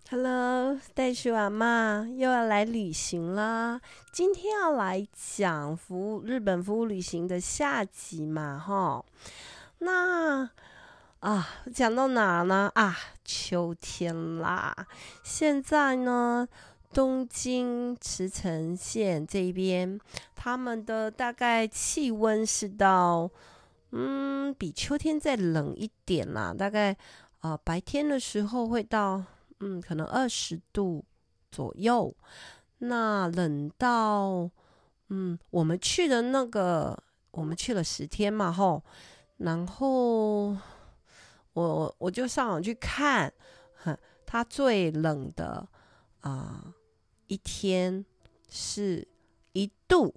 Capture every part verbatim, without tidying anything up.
Hello，袋鼠阿嬷又要来旅行啦。今天要来讲服务日本服务旅行的下集嘛，哈。那啊，讲到哪呢？啊，秋天啦。现在呢，东京茨城县这边，他们的大概气温是到，嗯，比秋天再冷一点啦。大概啊、呃，白天的时候会到。嗯，可能二十度左右。那冷到，嗯，我们去的那个，我们去了十天嘛，吼。然后我我就上网去看，哼，它最冷的啊、呃、一天是一度，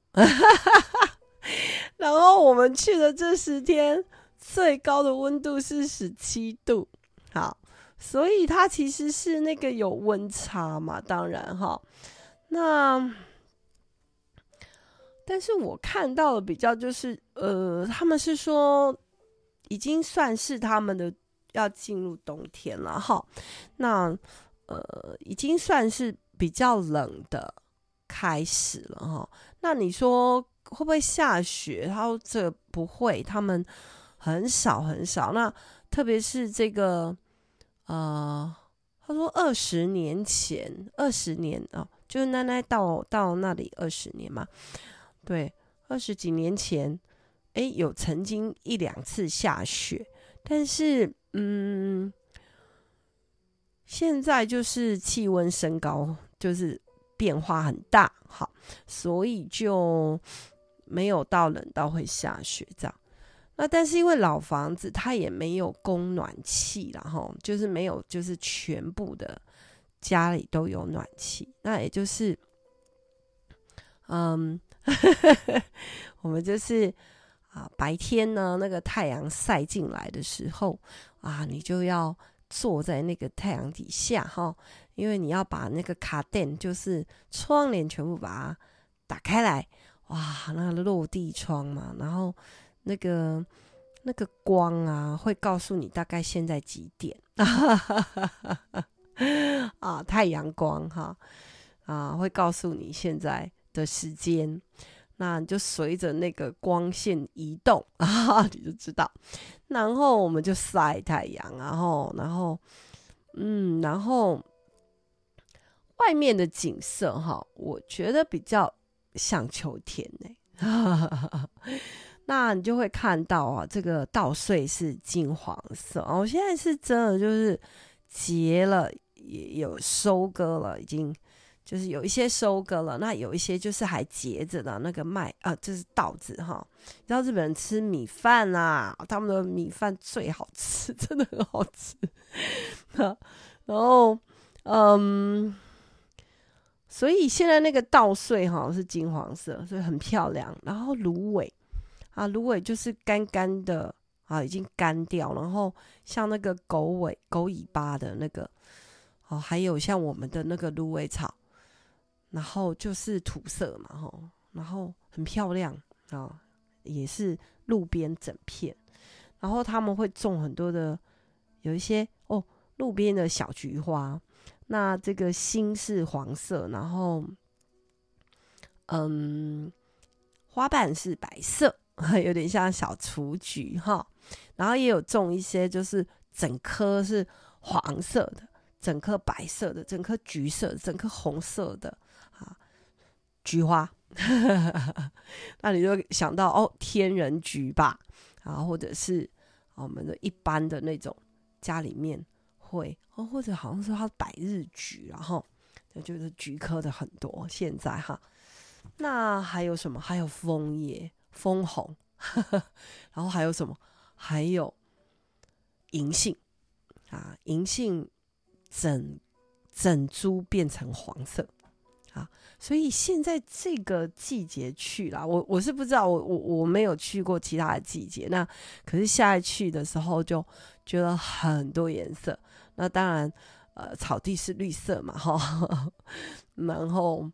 然后我们去的这十天最高的温度是十七度。好。所以它其实是那个有温差嘛，当然哈。那但是我看到的比较就是，呃，他们是说已经算是他们的要进入冬天了哈。那呃，已经算是比较冷的开始了哈。那你说会不会下雪？他说这不会，他们很少很少。那特别是这个。呃，他说二十年前，二十年哦，就是奶奶到到那里二十年嘛，对，二十几年前，哎，有曾经一两次下雪，但是嗯，现在就是气温升高，就是变化很大，好，所以就没有到冷到会下雪这样。那但是因为老房子它也没有供暖气啦齁，就是没有就是全部的家里都有暖气，那也就是嗯我们就是啊白天呢那个太阳晒进来的时候啊，你就要坐在那个太阳底下齁，因为你要把那个卡垫就是窗帘全部把它打开来，哇，那个落地窗嘛，然后那个那个光啊，会告诉你大概现在几点啊，太阳光哈啊，会告诉你现在的时间，那你就随着那个光线移动啊，你就知道。然后我们就晒太阳，然后然后嗯，然后外面的景色哈，我觉得比较像秋天呢、欸。那你就会看到啊，这个稻穗是金黄色哦，现在是真的就是结了，也有收割了，已经就是有一些收割了，那有一些就是还结着的那个麦啊，这是稻子哈。你知道日本人吃米饭啊，他们的米饭最好吃，真的很好吃。然后嗯，所以现在那个稻穗哈是金黄色，所以很漂亮。然后芦苇。啊，芦苇就是干干的啊，已经干掉，然后像那个狗尾、狗尾巴的那个，哦，还有像我们的那个芦苇草，然后就是土色嘛，吼，然后很漂亮啊，也是路边整片，然后他们会种很多的，有一些哦，路边的小菊花，那这个心是黄色，然后嗯，花瓣是白色。有点像小雏菊哈，然后也有种一些就是整颗是黄色的，整颗白色的，整颗橘色的，整颗红色的啊菊花那你就想到哦天人菊吧，啊或者是、啊、我们的一般的那种家里面会哦，或者好像是它百日菊，然后就是菊科的很多现在哈。那还有什么？还有枫叶。枫红然后还有什么？还有银杏啊，银杏整整株变成黄色啊，所以现在这个季节去啦，我我是不知道，我我我没有去过其他的季节，那可是下一去的时候就觉得很多颜色，那当然呃草地是绿色嘛哈，然后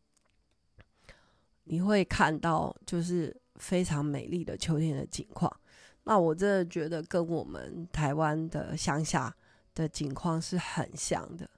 你会看到就是非常美丽的秋天的景况，那我真的觉得跟我们台湾的乡下的景况是很像的。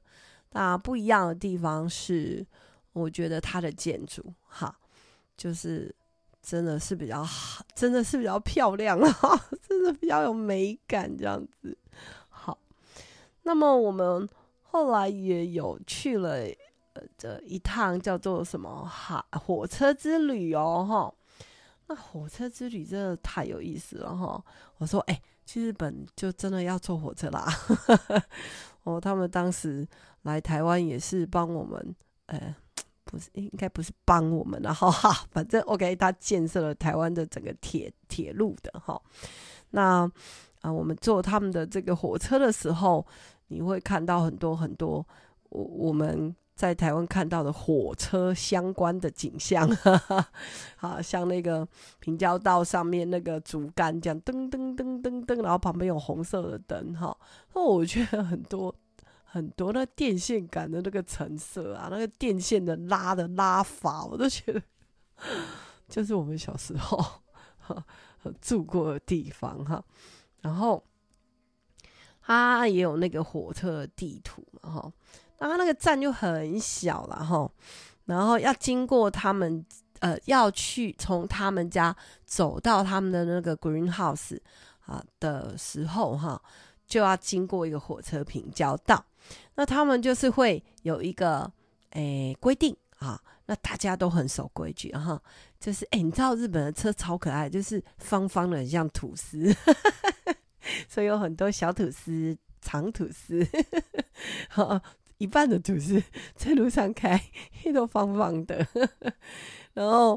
那不一样的地方是，我觉得它的建筑哈，就是真的是比较好，真的是比较漂亮啊，真的比较有美感这样子。好，那么我们后来也有去了呃这一趟叫做什么哈火车之旅哦哈。那火车之旅真的太有意思了哈！我说，哎、欸，去日本就真的要坐火车啦。哦，他们当时来台湾也是帮我们，呃，不是，应该不是帮我们啦，哈哈，反正 OK， 他建设了台湾的整个铁铁路的哈。那啊、呃，我们坐他们的这个火车的时候，你会看到很多很多我我们在台湾看到的火车相关的景象，好像那个平交道上面那个竹竿这样噔噔噔噔噔，然后旁边有红色的灯哈。那我觉得很多很多那电线杆的那个成色啊，那个电线的拉的拉法，我都觉得就是我们小时候住过的地方哈。然后它也有那个火车的地图嘛哈。那他那个站就很小啦齁，然后要经过他们呃要去从他们家走到他们的那个 greenhouse 啊的时候哈，就要经过一个火车平交道。那他们就是会有一个诶规定啊，那大家都很守规矩哈。就是诶你知道日本的车超可爱，就是方方的很像吐司，所以有很多小吐司、长吐司。一半的吐司在路上开，都方方的。然后，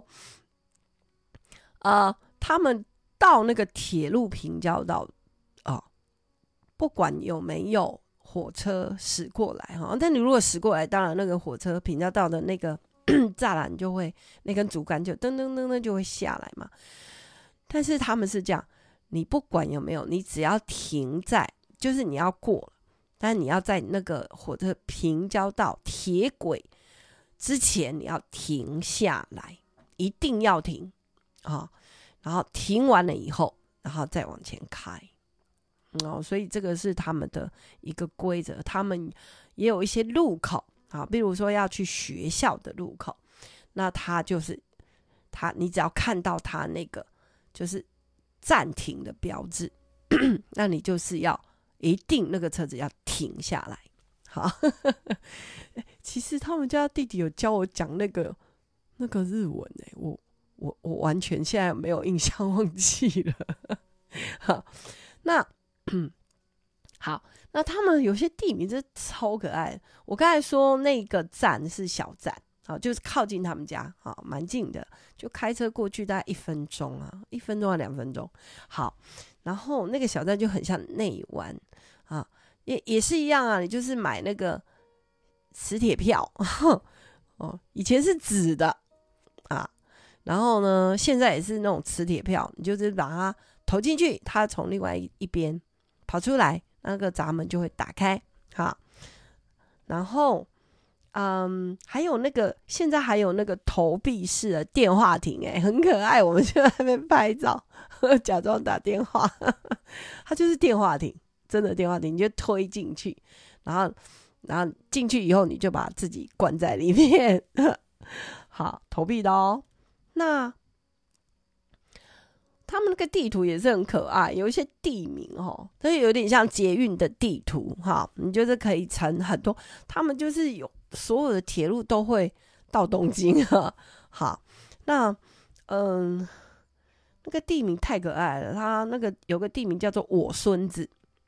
啊、呃，他们到那个铁路平交道啊、哦，不管有没有火车驶过来哈，但你如果驶过来，当然那个火车平交道的那个栅栏就会，那根竹竿就噔噔噔噔就会下来嘛。但是他们是这样，你不管有没有，你只要停在，就是你要过了。但你要在那个火车平交道铁轨之前，你要停下来，一定要停啊、哦！然后停完了以后，然后再往前开。哦，所以这个是他们的一个规则。他们也有一些路口啊，比如说要去学校的路口，那他就是他，你只要看到他那个就是暂停的标志，那你就是要。一定那个车子要停下来。好，其实他们家弟弟有教我讲那个那个日文诶、欸，我我我完全现在没有印象，忘记了。好，那好，那他们有些地名真的超可爱。我刚才说那个站是小站，好，就是靠近他们家，好，蛮近的，就开车过去大概一分钟啊，一分钟到两分钟。好，然后那个小站就很像内湾。啊，也也是一样啊，你就是买那个磁铁票，哦，以前是纸的啊，然后呢，现在也是那种磁铁票，你就是把它投进去，它从另外一边跑出来，那个闸门就会打开，好，然后嗯，还有那个现在还有那个投币式的电话亭、欸，哎，很可爱，我们就在那边拍照，假装打电话，它就是电话亭。真的电话亭，你就推进去，然后，然后进去以后，你就把自己关在里面。好，投币的哦。那他们那个地图也是很可爱，有一些地名哦，它有点像捷运的地图哈。你就是可以乘很多，他们就是有所有的铁路都会到东京哈。好，那嗯，那个地名太可爱了，它那个有个地名叫做我孙子。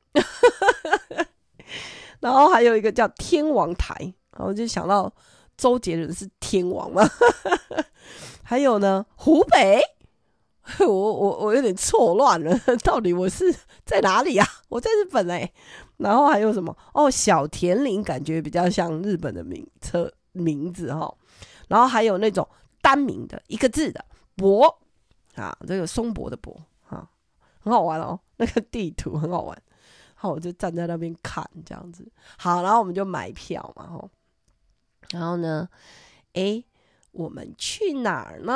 然后还有一个叫天王台，然后我就想到周杰伦是天王嘛。还有呢，湖北，我我我有点错乱了，到底我是在哪里啊？我在日本哎、欸。然后还有什么？哦，小田林感觉比较像日本的名车名字哈。然后还有那种单名的一个字的博啊，这个松柏的柏啊，很好玩哦。那个地图很好玩。好，我就站在那边看这样子。好，然后我们就买票嘛，吼。然后呢，诶，我们去哪儿呢？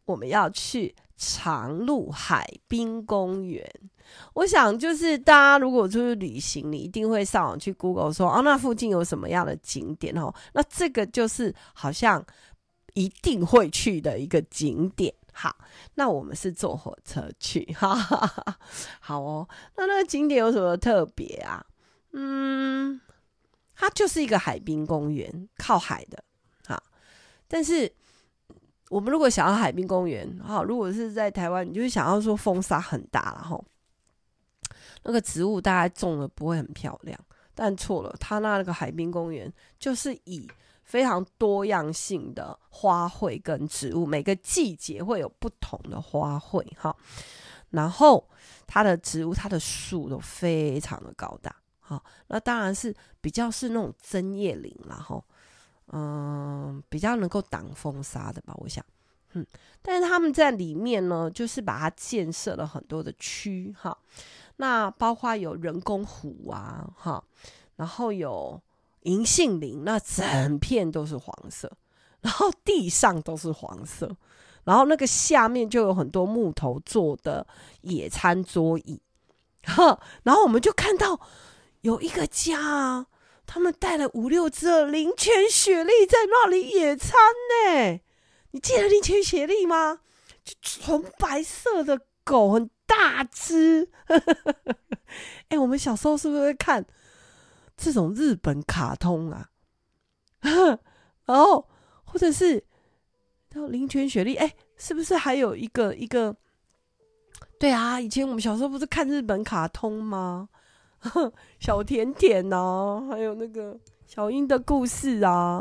我们要去长鹿海滨公园。我想就是大家如果出去旅行，你一定会上网去 Google 说，哦，那附近有什么样的景点哦？那这个就是好像一定会去的一个景点。好，那我们是坐火车去，哈哈哈。好哦，那那个景点有什么特别啊？嗯，它就是一个海滨公园，靠海的。好，但是我们如果想要海滨公园，好，如果是在台湾，你就想要说风沙很大，然后那个植物大概种的不会很漂亮，但错了，它那个海滨公园就是以非常多样性的花卉跟植物，每个季节会有不同的花卉哈。然后它的植物、它的树都非常的高大，好，那当然是比较是那种针叶林啦哈，嗯，比较能够挡风沙的吧，我想，嗯，但是他们在里面呢，就是把它建设了很多的区哈，那包括有人工湖啊哈，然后有银杏林，那整片都是黄色，然后地上都是黄色，然后那个下面就有很多木头做的野餐桌椅，然后我们就看到有一个家啊，他们带了五六只的灵犬雪莉在那里野餐呢。你记得灵犬雪莉吗？就纯白色的狗，很大只。哎、欸，我们小时候是不是会看这种日本卡通啊？然后或者是灵犬雪莉，哎、欸，是不是还有一个一个？对啊，以前我们小时候不是看日本卡通吗？小甜甜啊，还有那个小樱的故事啊。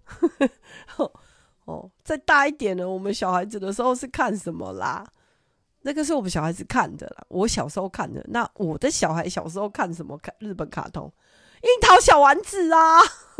哦，再大一点呢，我们小孩子的时候是看什么啦？那个是我们小孩子看的啦，我小时候看的。那我的小孩小时候看什么？看日本卡通，樱桃小丸子啊。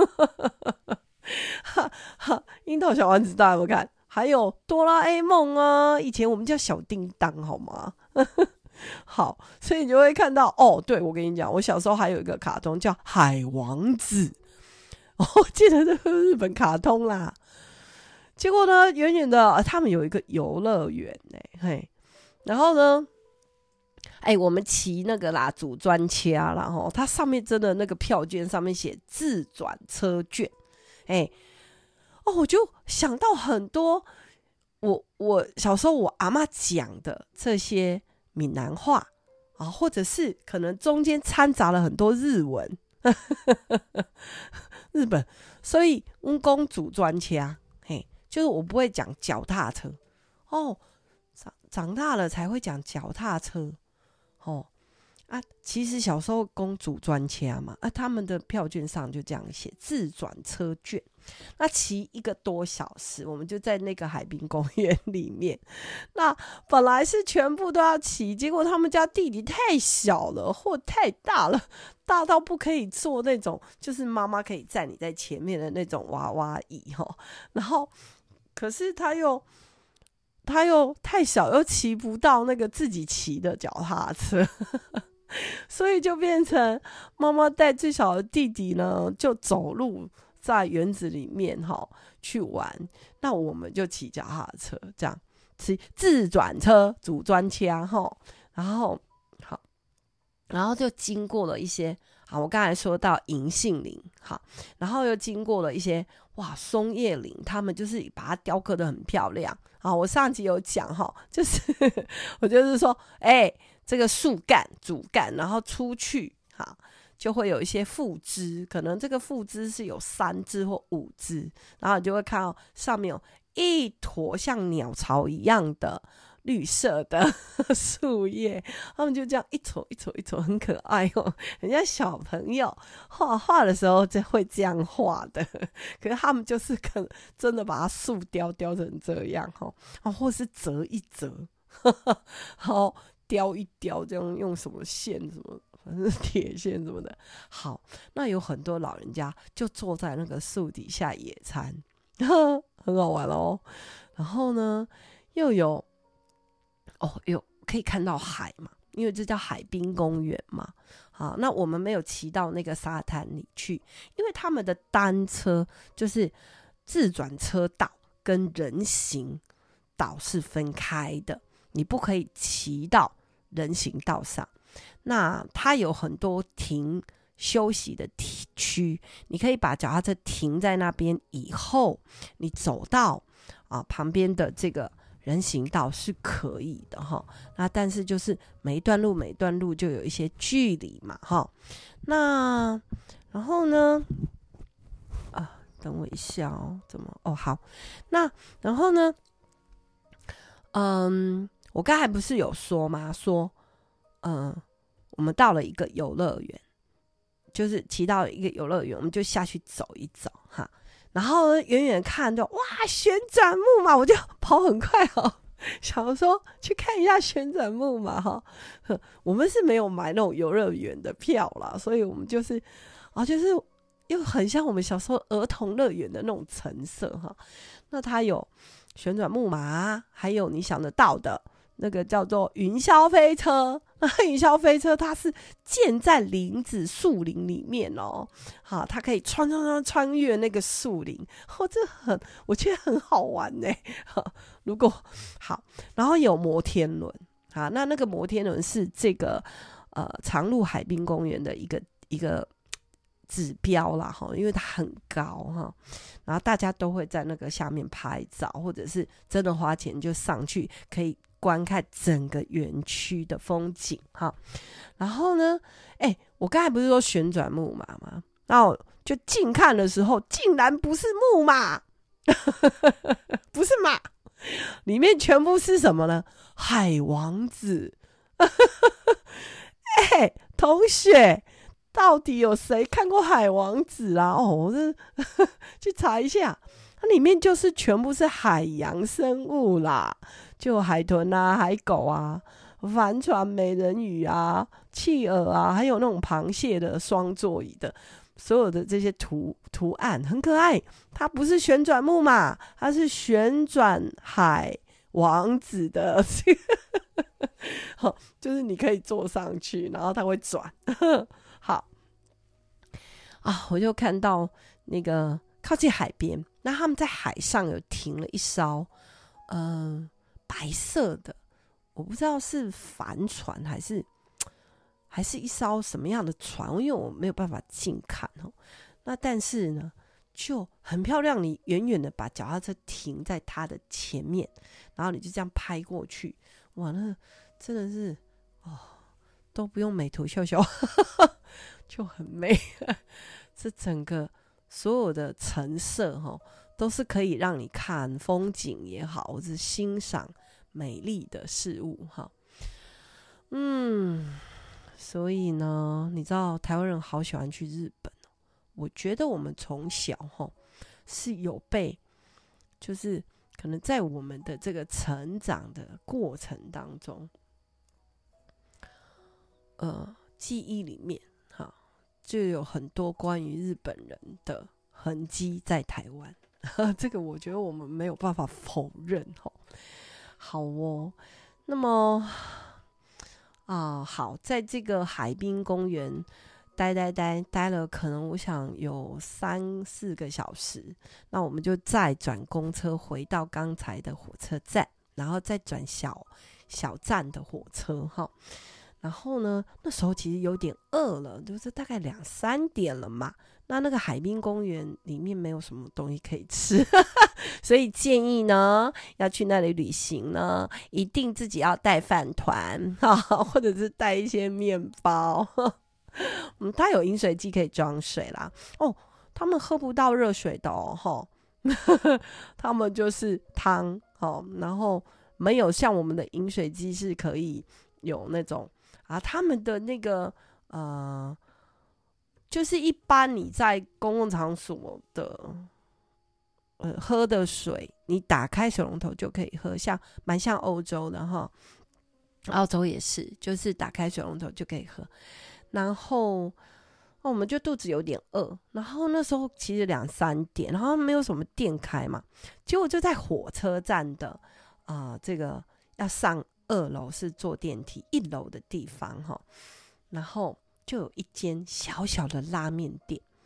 樱桃小丸子大家有没有看？还有哆啦 A 梦啊，以前我们叫小叮当，好吗？好，所以你就会看到哦，对，我跟你讲，我小时候还有一个卡通叫海王子，哦，记得这个日本卡通啦。结果呢，远远的、呃、他们有一个游乐园呢，嘿，然后呢，哎，我们骑那个啦，组专车啦，然后它上面真的那个票券上面写自转车券，哎，哦，我就想到很多我我小时候我阿嬷讲的这些闽南话啊，或者是可能中间掺杂了很多日文，日本，所以我们讲组专车，嘿，就是我不会讲脚踏车哦，长长大了才会讲脚踏车哦。啊，其实小时候公主专车嘛，啊，他们的票券上就这样写自转车券。那骑一个多小时，我们就在那个海滨公园里面。那本来是全部都要骑，结果他们家弟弟太小了，或太大了，大到不可以坐那种，就是妈妈可以载你在前面的那种娃娃椅哈。然后，可是他又他又太小，又骑不到那个自己骑的脚踏车。所以就变成妈妈带最小的弟弟呢，就走路在园子里面哈去玩，那我们就骑脚踏车，这样骑自转车、组专车哈，然后好，然后就经过了一些好，我刚才说到银杏林好，然后又经过了一些哇松叶林，他们就是把它雕刻得很漂亮。好，我上集有讲哈，就是我就是说，哎、欸。这个树干、主干，然后出去，好，就会有一些附枝，可能这个附枝是有三枝或五枝，然后你就会看到上面有一坨像鸟巢一样的绿色的树叶，他们就这样一撮一撮一撮，很可爱哦。人家小朋友画画的时候就会这样画的，可是他们就是可真的把它树雕雕成这样哈，啊，或是折一折，好。雕一雕，这样用什么线什么，反正铁线什么的。好，那有很多老人家就坐在那个树底下野餐，很好玩哦。然后呢，又有哦，有可以看到海嘛，因为这叫海滨公园嘛。好，那我们没有骑到那个沙滩里去，因为他们的单车就是自转车道跟人行岛是分开的，你不可以骑到人行道上。那它有很多停休息的区，你可以把脚踏车停在那边以后，你走到啊旁边的这个人行道是可以的哈。那但是就是每一段路每一段路就有一些距离嘛哈。那然后呢啊，等我一下哦，怎么哦好，那然后呢，嗯，我刚才不是有说吗？说嗯，我们到了一个游乐园。就是骑到一个游乐园，我们就下去走一走哈，然后远远看就哇旋转木马，我就跑很快哦，想说去看一下旋转木马哈。我们是没有买那种游乐园的票啦，所以我们就是啊，就是又很像我们小时候儿童乐园的那种陈设哈。那它有旋转木马，还有你想得到的那个叫做云霄飞车。那云霄飞车它是建在林子树林里面哦，好，它可以穿穿穿穿越那个树林，哦，这很我觉得很好玩呢。如果好，然后有摩天轮，好，那那个摩天轮是这个呃长鹿海滨公园的一个一个指标啦哈，因为它很高哈，然后大家都会在那个下面拍照，或者是真的花钱就上去可以观看整个园区的风景哈。然后呢，哎，我刚才不是说旋转木马吗？然后就近看的时候，竟然不是木马，不是马，里面全部是什么呢？海王子。哎，同学，到底有谁看过海王子啊？哦，我这去查一下，它里面就是全部是海洋生物啦。就海豚啊、海狗啊、帆船、美人鱼啊、企鹅啊，还有那种螃蟹的双座椅的，所有的这些图图案很可爱。它不是旋转木马，它是旋转海王子的，好，就是你可以坐上去，然后它会转。好啊，我就看到那个靠近海边，那他们在海上有停了一艘，嗯、呃。白色的，我不知道是帆船还是还是一艘什么样的船，因为我没有办法近看哦。那但是呢，就很漂亮，你远远的把脚踏车停在它的前面，然后你就这样拍过去，哇，那真的是哦，都不用美图秀秀，就很美。这整个所有的陈设哈、哦。都是可以让你看风景也好，或是欣赏美丽的事物哈。嗯，所以呢，你知道台湾人好喜欢去日本，我觉得我们从小哈是有被，就是可能在我们的这个成长的过程当中，呃，记忆里面哈就有很多关于日本人的痕迹在台湾。这个我觉得我们没有办法否认哦。好哦，那么啊，好，在这个海滨公园待待待待了，可能我想有三四个小时。那我们就再转公车回到刚才的火车站，然后再转小小站的火车哈。然后呢，那时候其实有点饿了，就是大概两三点了嘛。那那个海滨公园里面没有什么东西可以吃，所以建议呢，要去那里旅行呢，一定自己要带饭团或者是带一些面包。嗯，它有饮水机可以装水啦。哦，他们喝不到热水的哦，他们就是汤哦，然后没有像我们的饮水机是可以有那种啊，他们的那个呃。就是一般你在公共场所的呃喝的水，你打开水龙头就可以喝，像蛮像欧洲的哈，澳洲也是，就是打开水龙头就可以喝。然后、哦、我们就肚子有点饿，然后那时候其实两三点，然后没有什么店开嘛，结果就在火车站的啊、呃、这个要上二楼是坐电梯，一楼的地方哈，然后就有一间小小的拉面店，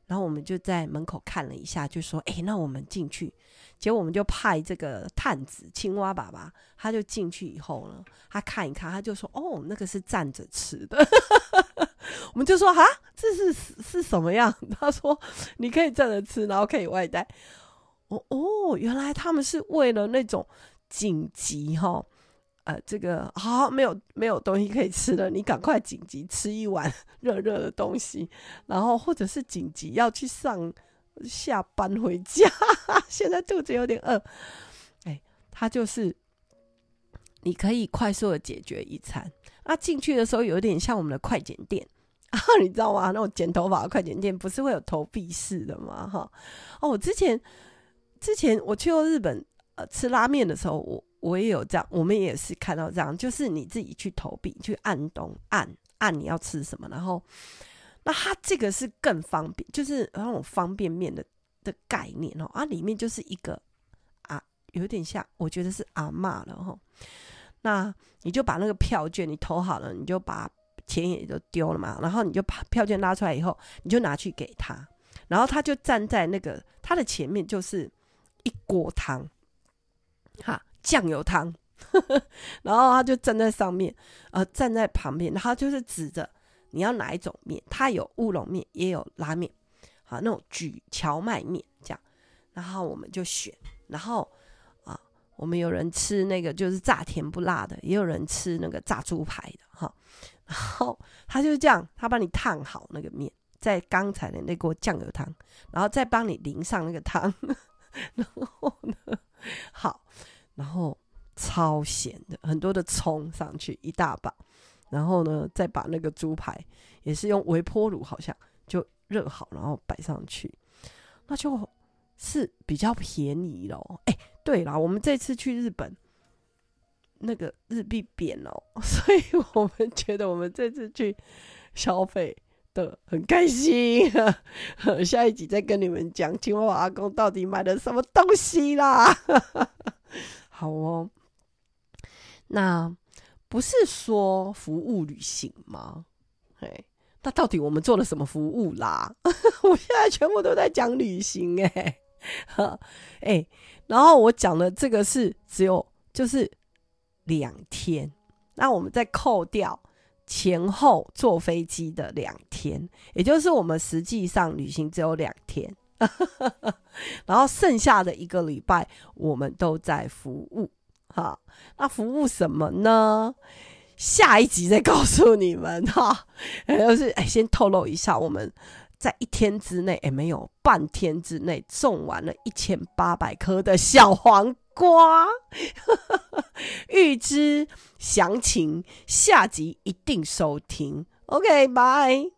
然后我们就在门口看了一下，就说：“哎、欸，那我们进去。”结果我们就派这个探子青蛙爸爸，他就进去以后呢，他看一看，他就说：“哦，那个是站着吃的。”我们就说：“啊，这是是什么样？”他说：“你可以站着吃，然后可以外带。”哦哦，原来他们是为了那种紧急哈。呃，这个好、哦、没有没有东西可以吃了，你赶快紧急吃一碗热热的东西，然后或者是紧急要去上下班回家，现在肚子有点饿，哎，它就是你可以快速的解决一餐。那进去的时候有点像我们的快剪店啊，你知道吗？那种剪头发的快剪店不是会有投币式的吗？哈，哦，我之前之前我去过日本，呃，吃拉面的时候，我。我也有这样，我们也是看到这样，就是你自己去投币，去按东按按你要吃什么，然后那它这个是更方便，就是那种方便面的的概念哦，啊，里面就是一个啊，有点像，我觉得是阿嬷了哈。那你就把那个票券你投好了，你就把钱也就丢了嘛，然后你就把票券拉出来以后，你就拿去给他，然后他就站在那个他的前面就是一锅汤，哈。酱油汤然后他就站在上面呃，站在旁边，然后就是指着你要哪一种面，他有乌龙面也有拉面，好，那种莒荞麦面这样，然后我们就选，然后啊，我们有人吃那个就是炸甜不辣的，也有人吃那个炸猪排的哈，然后他就是这样，他帮你烫好那个面，在刚才的那锅酱油汤，然后再帮你淋上那个汤然后呢好，然后超咸的，很多的葱上去一大把，然后呢再把那个猪排也是用微波炉好像就热好，然后摆上去，那就是比较便宜咯。哎，对啦，我们这次去日本那个日币贬哦，所以我们觉得我们这次去消费的很开心下一集再跟你们讲青蛙阿公到底买了什么东西啦好哦，那不是说服务旅行吗？嘿，那到底我们做了什么服务啦我现在全部都在讲旅行哎、欸欸，然后我讲的这个是只有就是两天，那我们再扣掉前后坐飞机的两天，也就是我们实际上旅行只有两天然后剩下的一个礼拜我们都在服务。好，那服务什么呢？下一集再告诉你们哈。就是哎，先透露一下，我们在一天之内，哎，没有半天之内种完了一千八百颗的小黄瓜。预知详情，下集一定收听。OK， 拜。